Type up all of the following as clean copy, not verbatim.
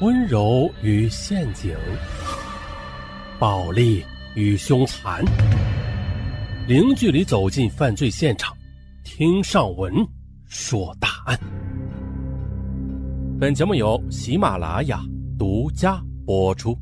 温柔与陷阱，暴力与凶残，零距离走进犯罪现场，听上文说大案。本节目由喜马拉雅独家播出。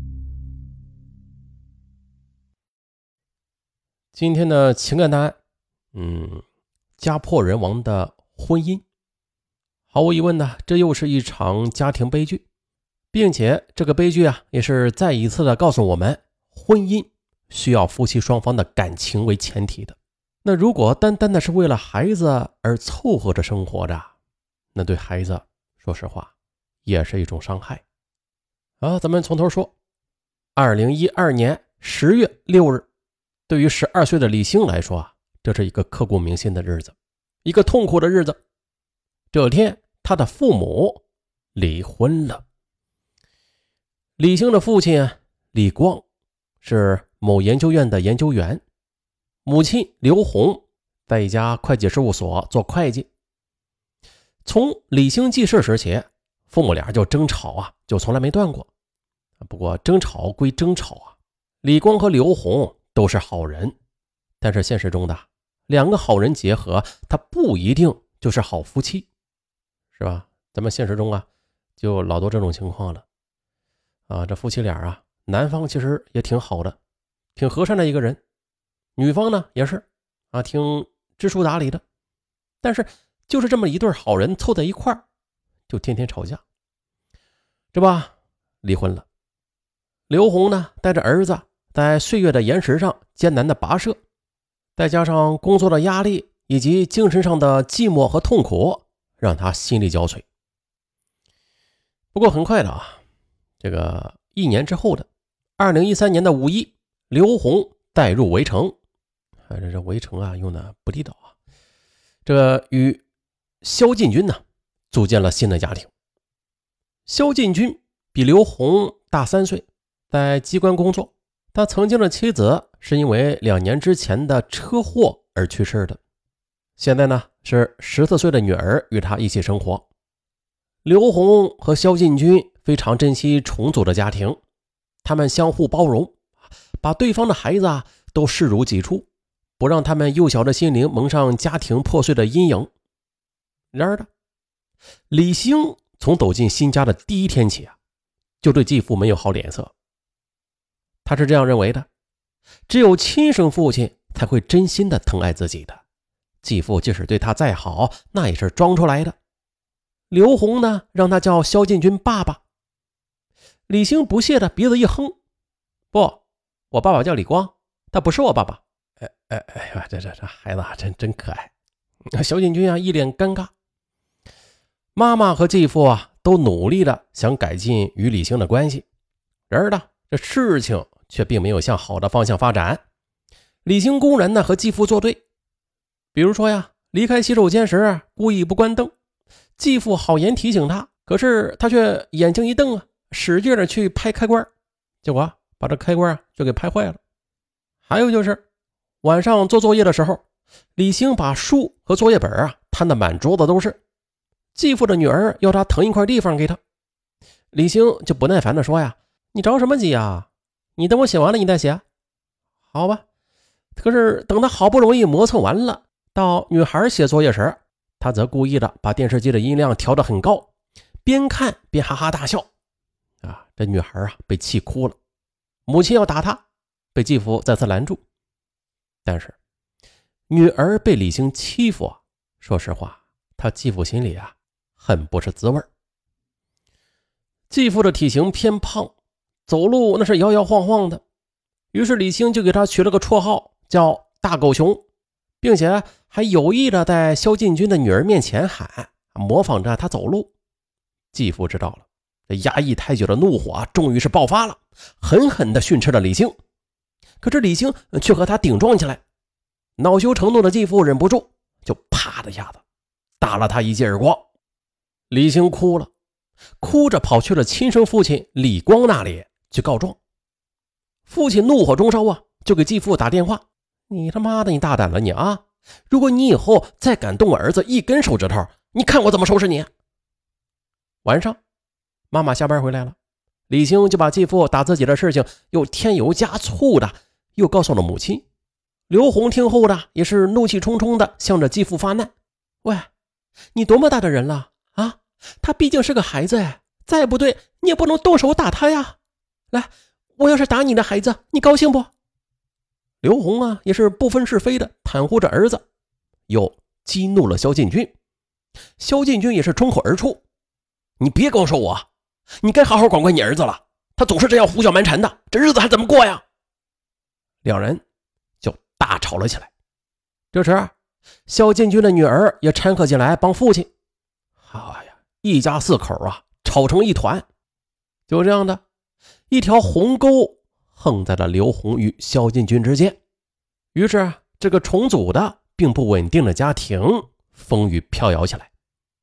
今天的情感大案，家破人亡的婚姻。毫无疑问呢，这又是一场家庭悲剧，并且这个悲剧也是再一次的告诉我们，婚姻需要夫妻双方的感情为前提的。那如果单单的是为了孩子而凑合着生活着，那对孩子说实话也是一种伤害。咱们从头说。2012年10月6日，对于12岁的李星来说这是一个刻骨铭心的日子，一个痛苦的日子。这天他的父母离婚了。李星的父亲李光是某研究院的研究员，母亲刘红在一家会计事务所做会计。从李星记事时起，父母俩就争吵就从来没断过。不过争吵归争吵李光和刘红都是好人，但是现实中的两个好人结合，他不一定就是好夫妻，是吧？咱们现实中就老多这种情况了。这夫妻俩男方其实也挺好的，挺和善的一个人，女方呢也是挺知书达理的，但是就是这么一对好人凑在一块儿，就天天吵架，这吧离婚了。刘红呢带着儿子在岁月的岩石上艰难的跋涉，再加上工作的压力以及精神上的寂寞和痛苦，让他心力交瘁。不过很快的这个1年之后的2013年的5一，刘红带入围城。这围城用的不地道这与萧进军呢组建了新的家庭。萧进军比刘红大3岁，在机关工作。他曾经的妻子是因为2年之前的车祸而去世的。现在呢是14岁的女儿与他一起生活。刘红和萧进军非常珍惜重组的家庭，他们相互包容，把对方的孩子都视如己出，不让他们幼小的心灵蒙上家庭破碎的阴影。然而李星从走进新家的第一天起就对继父没有好脸色。他是这样认为的，只有亲生父亲才会真心的疼爱自己的，继父即使对他再好，那也是装出来的。刘红呢让他叫萧进军爸爸。李星不屑的鼻子一哼，不，我爸爸叫李光，他不是我爸爸。这孩子真可爱。萧进军一脸尴尬。妈妈和继父都努力的想改进与李星的关系，然而这事情却并没有向好的方向发展。李星公然和继父作对，比如说离开洗手间时故意不关灯，继父好言提醒他，可是他却眼睛一瞪使劲的去拍开关，结果把这开关就给拍坏了。还有就是晚上做作业的时候，李星把书和作业本摊得满桌子都是，继父的女儿要他腾一块地方给他，李星就不耐烦的说你着什么急你等我写完了你再写。好吧，可是等他好不容易磨蹭完了，到女孩写作业时，他则故意的把电视机的音量调得很高，边看边哈哈大笑。这女孩被气哭了，母亲要打他，被继父再次拦住。但是女儿被李星欺负说实话他继父心里很不是滋味。继父的体型偏胖，走路那是摇摇晃晃的，于是李星就给他取了个绰号叫大狗熊，并且还有意的在萧进军的女儿面前喊，模仿着他走路。继父知道了，这压抑太久的怒火终于是爆发了，狠狠地训斥了李星。可是李星却和他顶撞起来，恼羞成怒的继父忍不住就啪的一下子打了他一记耳光。李星哭了，哭着跑去了亲生父亲李光那里去告状。父亲怒火中烧就给继父打电话，你他妈的你大胆了你如果你以后再敢动我儿子一根手指头，你看我怎么收拾你。晚上妈妈下班回来了，李兴就把继父打自己的事情又添油加醋的又告诉了母亲。刘红听后的也是怒气冲冲的向着继父发难：喂，你多么大的人了啊？他毕竟是个孩子哎，再不对你也不能动手打他呀。来，我要是打你的孩子，你高兴不？刘红啊也是不分是非的袒护着儿子，又激怒了萧进军。萧进军也是冲口而出：你别光说我，你该好好管管你儿子了，他总是这样胡搅蛮缠的，这日子还怎么过呀？两人就大吵了起来。这时萧进军的女儿也掺和进来帮父亲。哎呀，一家四口啊吵成一团。就这样的一条鸿沟横在了刘红与萧进军之间。于是这个重组的并不稳定的家庭风雨飘摇起来。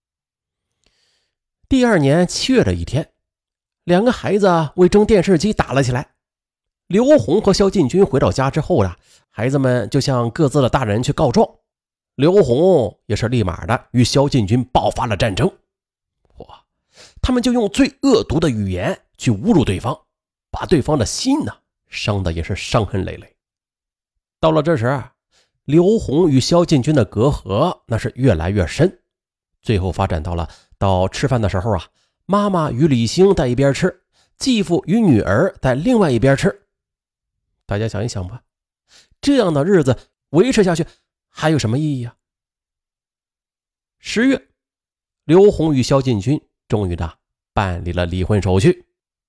第二年7月的一天，两个孩子为争电视机打了起来。刘红和萧进军回到家之后呢，孩子们就向各自的大人去告状。刘红也是立马的与萧进军爆发了战争。哇，他们就用最恶毒的语言去侮辱对方，把对方的心呢伤的也是伤痕累累。到了这时，刘红与萧进军的隔阂那是越来越深，最后发展到吃饭的时候啊，妈妈与李兴在一边吃，继父与女儿在另外一边吃。大家想一想吧，这样的日子维持下去还有什么意义啊？10月，刘红与萧进军终于办理了离婚手续。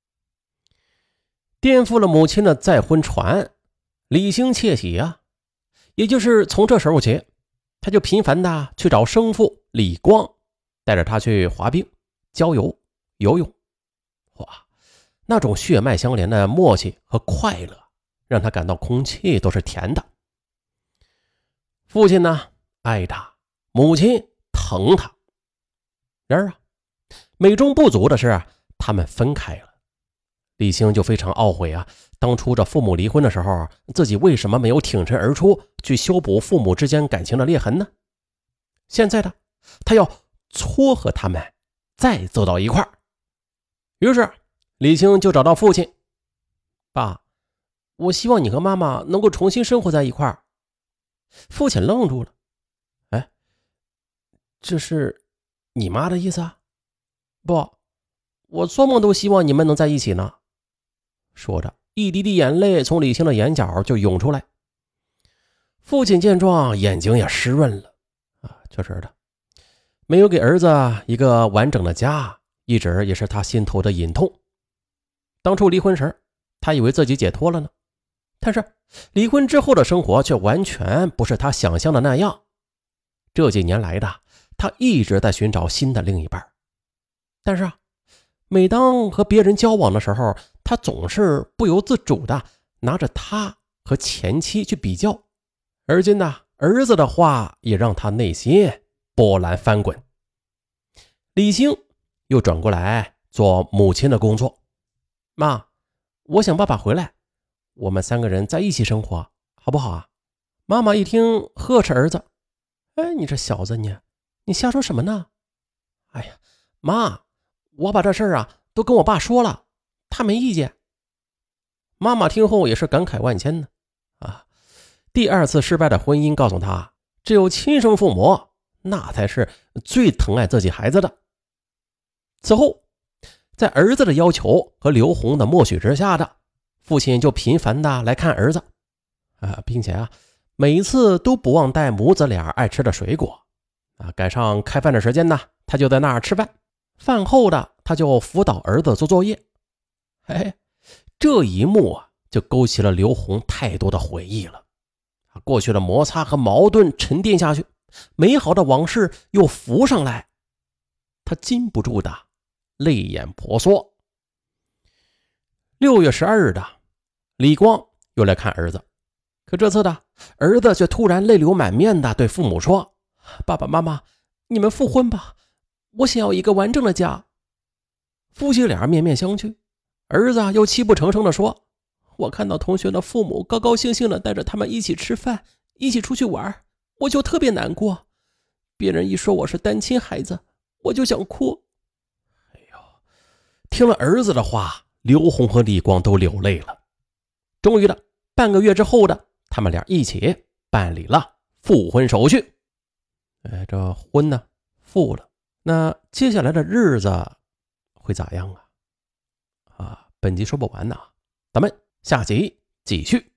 颠覆了母亲的再婚传，李兴窃喜啊。也就是从这时候起，他就频繁的去找生父李光，带着他去滑冰、郊游、游泳。哇，那种血脉相连的默契和快乐让他感到空气都是甜的。父亲呢爱他，母亲疼他。然而美中不足的是他们分开了。李兴就非常懊悔啊，当初这父母离婚的时候，自己为什么没有挺身而出去修补父母之间感情的裂痕呢？现在的他要撮合他们再走到一块儿。于是李兴就找到父亲：爸，我希望你和妈妈能够重新生活在一块儿。父亲愣住了：哎，这是你妈的意思啊？不，我做梦都希望你们能在一起呢。说着，一滴滴眼泪从李兴的眼角就涌出来。父亲见状，眼睛也湿润了。确实的，没有给儿子一个完整的家，一直也是他心头的隐痛。当初离婚时，他以为自己解脱了呢，但是离婚之后的生活却完全不是他想象的那样。这几年来的，他一直在寻找新的另一半，但是每当和别人交往的时候，他总是不由自主的拿着他和前妻去比较。而今呢，儿子的话也让他内心波澜翻滚。李兴又转过来做母亲的工作：妈，我想爸爸回来，我们3个人在一起生活，好不好啊？妈妈一听呵斥儿子：哎，你这小子你瞎说什么呢？哎呀，妈，我把这事儿都跟我爸说了，他没意见。妈妈听后也是感慨万千呢。第2次失败的婚姻告诉他，只有亲生父母那才是最疼爱自己孩子的。此后，在儿子的要求和刘红的默许之下的，父亲就频繁的来看儿子，并且每一次都不忘带母子俩爱吃的水果。赶上开饭的时间呢，他就在那儿吃饭，饭后的他就辅导儿子做作业。这一幕就勾起了刘红太多的回忆了。过去的摩擦和矛盾沉淀下去，美好的往事又浮上来，他禁不住的泪眼婆娑。6月12日的，李光又来看儿子，可这次的儿子却突然泪流满面的对父母说：爸爸妈妈，你们复婚吧，我想要一个完整的家。夫妻俩面面相觑，儿子又泣不成声的说：我看到同学的父母高高兴兴的带着他们一起吃饭，一起出去玩，我就特别难过。别人一说我是单亲孩子，我就想哭。 听了儿子的话，刘红和李光都流泪了。终于的，半个月之后的，他们俩一起办理了复婚手续。这婚呢复了，那接下来的日子会咋样啊？本集说不完呢，咱们下集继续。